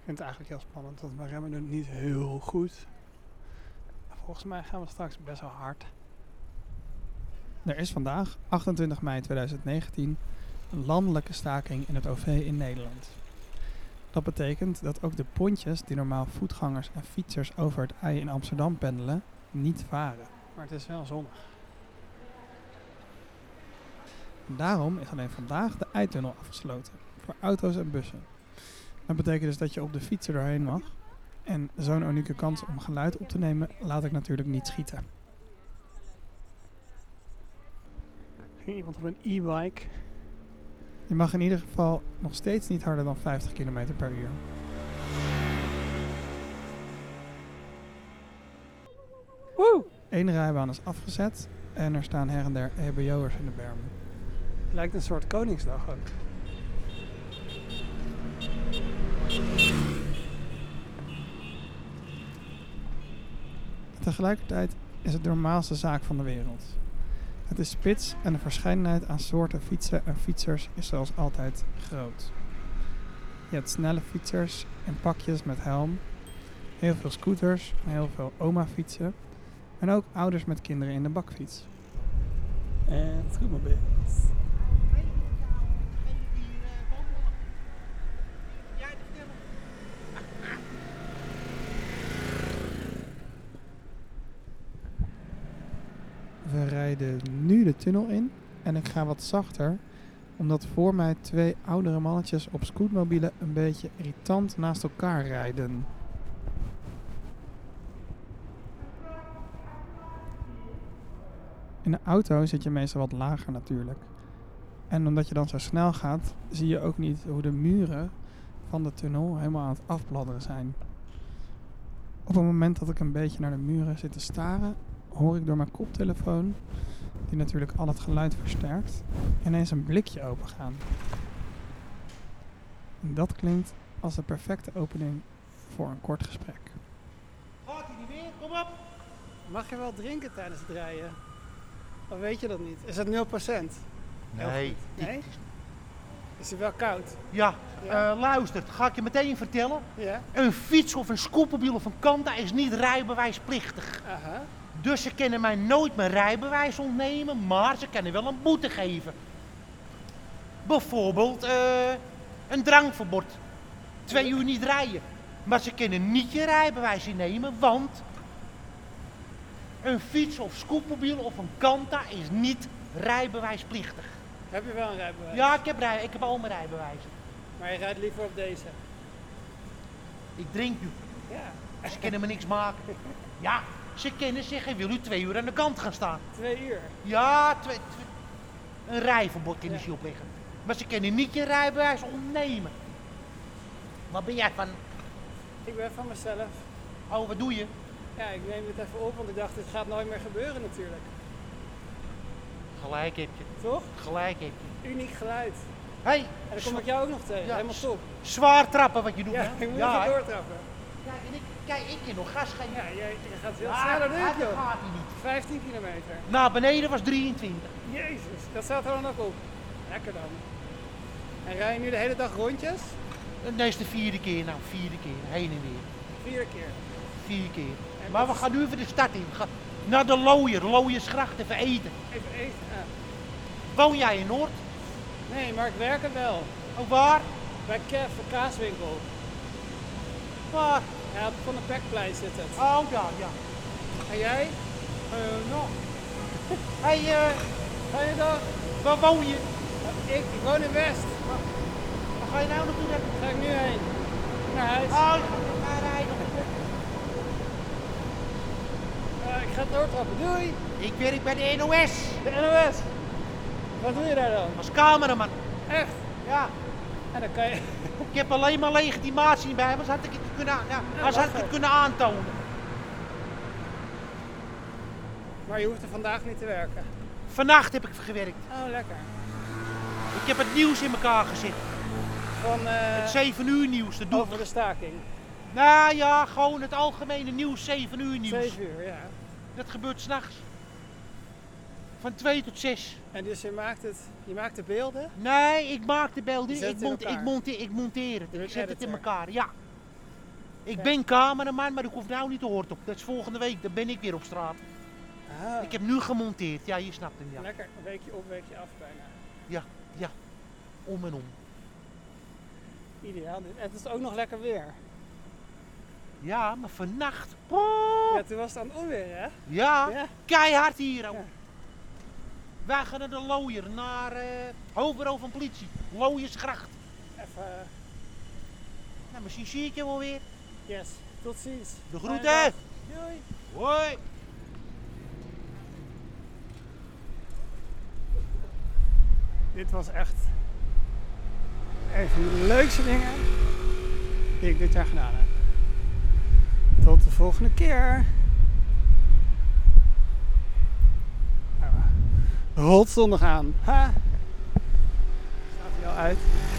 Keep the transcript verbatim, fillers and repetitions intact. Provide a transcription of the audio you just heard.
vind het eigenlijk heel spannend, want mijn remmen doen niet heel goed. Volgens mij gaan we straks best wel hard. Er is vandaag, achtentwintig mei tweeduizend negentien, een landelijke staking in het O V in Nederland. Dat betekent dat ook de pontjes die normaal voetgangers en fietsers over het I in Amsterdam pendelen, niet varen. Maar het is wel zonnig. En daarom is alleen vandaag de I-tunnel afgesloten voor auto's en bussen. Dat betekent dus dat je op de fiets er doorheen mag. En zo'n unieke kans om geluid op te nemen laat ik natuurlijk niet schieten. Ging iemand op een e-bike? Je mag in ieder geval nog steeds niet harder dan vijftig kilometer per uur. Woe! Eén rijbaan is afgezet en er staan her en der E B O'ers in de bermen. Het lijkt een soort Koningsdag ook. Tegelijkertijd is het de normaalste zaak van de wereld. Het is spits en de verscheidenheid aan soorten fietsen en fietsers is zoals altijd groot. Je hebt snelle fietsers in pakjes met helm, heel veel scooters en heel veel oma-fietsen en ook ouders met kinderen in de bakfiets. En scootmobiels. We rijden nu de tunnel in en ik ga wat zachter, omdat voor mij twee oudere mannetjes op scootmobielen een beetje irritant naast elkaar rijden. In de auto zit je meestal wat lager natuurlijk. En omdat je dan zo snel gaat, zie je ook niet hoe de muren van de tunnel helemaal aan het afbladderen zijn. Op het moment dat ik een beetje naar de muren zit te staren, hoor ik door mijn koptelefoon, die natuurlijk al het geluid versterkt, ineens een blikje opengaan. En dat klinkt als de perfecte opening voor een kort gesprek. Gaat hij niet meer? Kom op! Mag je wel drinken tijdens het rijden? Of weet je dat niet? Is het nul procent? Nee. Nee? Is het wel koud? Ja, Ja. Uh, luister, dat ga ik je meteen vertellen. Ja. Een fiets of een scootmobiel of een Kanta is niet rijbewijsplichtig. Aha. Dus ze kunnen mij nooit mijn rijbewijs ontnemen, maar ze kunnen wel een boete geven. Bijvoorbeeld uh, een drankverbod. Twee uur niet rijden. Maar ze kunnen niet je rijbewijs innemen, want een fiets of scootmobiel of een Kanta is niet rijbewijsplichtig. Heb je wel een rijbewijs? Ja, ik heb, rij, ik heb al mijn rijbewijzen. Maar je rijdt liever op deze? Ik drink nu. Ja. Ze kunnen me niks maken. Ja, ze kunnen zeggen, wil u twee uur aan de kant gaan staan? Twee uur? Ja, twee, twee, een rijverbod kunnen ze je opleggen. Maar ze kunnen niet je rijbewijs ontnemen. Wat ben jij van? Ik ben van mezelf. Oh, wat doe je? Ja, ik neem het even op, want ik dacht, dit gaat nooit meer gebeuren natuurlijk. Gelijk heb je. Toch? Gelijk heb je. Uniek geluid. Hey, En dan kom ik jou ook nog tegen, ja, helemaal top. Zwaar trappen wat je doet, Ja, hè? ik moet Ja, even hè? doortrappen. Kijk, en ik, kijk, ik kan nog gas geven. Ja, je, je gaat heel Ja, sneller nu, dat joh. gaat hij niet. vijftien kilometer. Naar beneden was drieëntwintig. Jezus, dat staat er dan ook op. Lekker dan. En rij je nu de hele dag rondjes? Nee, is de vierde keer, nou, vierde keer, heen en weer. Vier keer. Vier keer. En Maar we wat- gaan nu even de stad in. We gaan naar de Looier, Looiersgracht, even eten. Even eten. Ah. Woon jij in Noord? Nee, maar ik werk er wel. Oh, waar? Bij Kev, de kaaswinkel. Waar? Ja, op Van de Pekplein zit het. Oh, ja, ja. En jij? Uh, nou. Hé, hey, uh, Fijne dag. waar woon je? Ik, ik woon in West. Waar ga je nou naartoe? Dan? Daar ga ik nu heen. Naar huis. Oh, je gaat naar rijden. Uh, ik ga doortrappen. Doei. Ik werk bij de N O S. De N O S. Wat doe je daar dan? Als cameraman. Echt? Ja. En dan kan je... Ik heb alleen maar legitimatie bij, anders had ik het kunnen, ja, anders had ik het kunnen aantonen. Maar je hoeft er vandaag niet te werken. Vannacht heb ik gewerkt. Oh, lekker. Ik heb het nieuws in elkaar gezet. Van, uh, Het zeven uur nieuws. Dat doe over de staking. Nou ja, gewoon het algemene nieuws, zeven uur nieuws. Zeven uur, ja. Dat gebeurt s'nachts. Van twee tot zes. En dus je maakt, het, je maakt de beelden? Nee, ik maak de beelden. Je zet Ik, het in mont, ik, elkaar. monteer, ik monteer het. Je Ik bent zet het in editor. elkaar, ja. Ik Kijk. ben cameraman, maar ik hoef nou niet te hoort op. Dat is volgende week, dan ben ik weer op straat. Ah, Ik heb nu gemonteerd, ja, je snapt hem, ja. lekker. Een weekje op, weekje af bijna. Om en om. Ideaal. En het is ook nog lekker weer. Ja, maar vannacht. Ja, toen was het aan het onweer, hè? Ja, Ja. keihard hier. Ja. Wij gaan naar de Looier, naar uh, Hoofdbureau van Politie. Looiersgracht. Even, uh, Nou, misschien zie ik je wel weer. yes. Tot ziens. De Fijne groeten. dag. Doei. Hoi. Dit was echt een van de leukste dingen die ik dit jaar gedaan heb. Tot de volgende keer. Nou, rolt zondag aan. Ha? Staat hij al uit?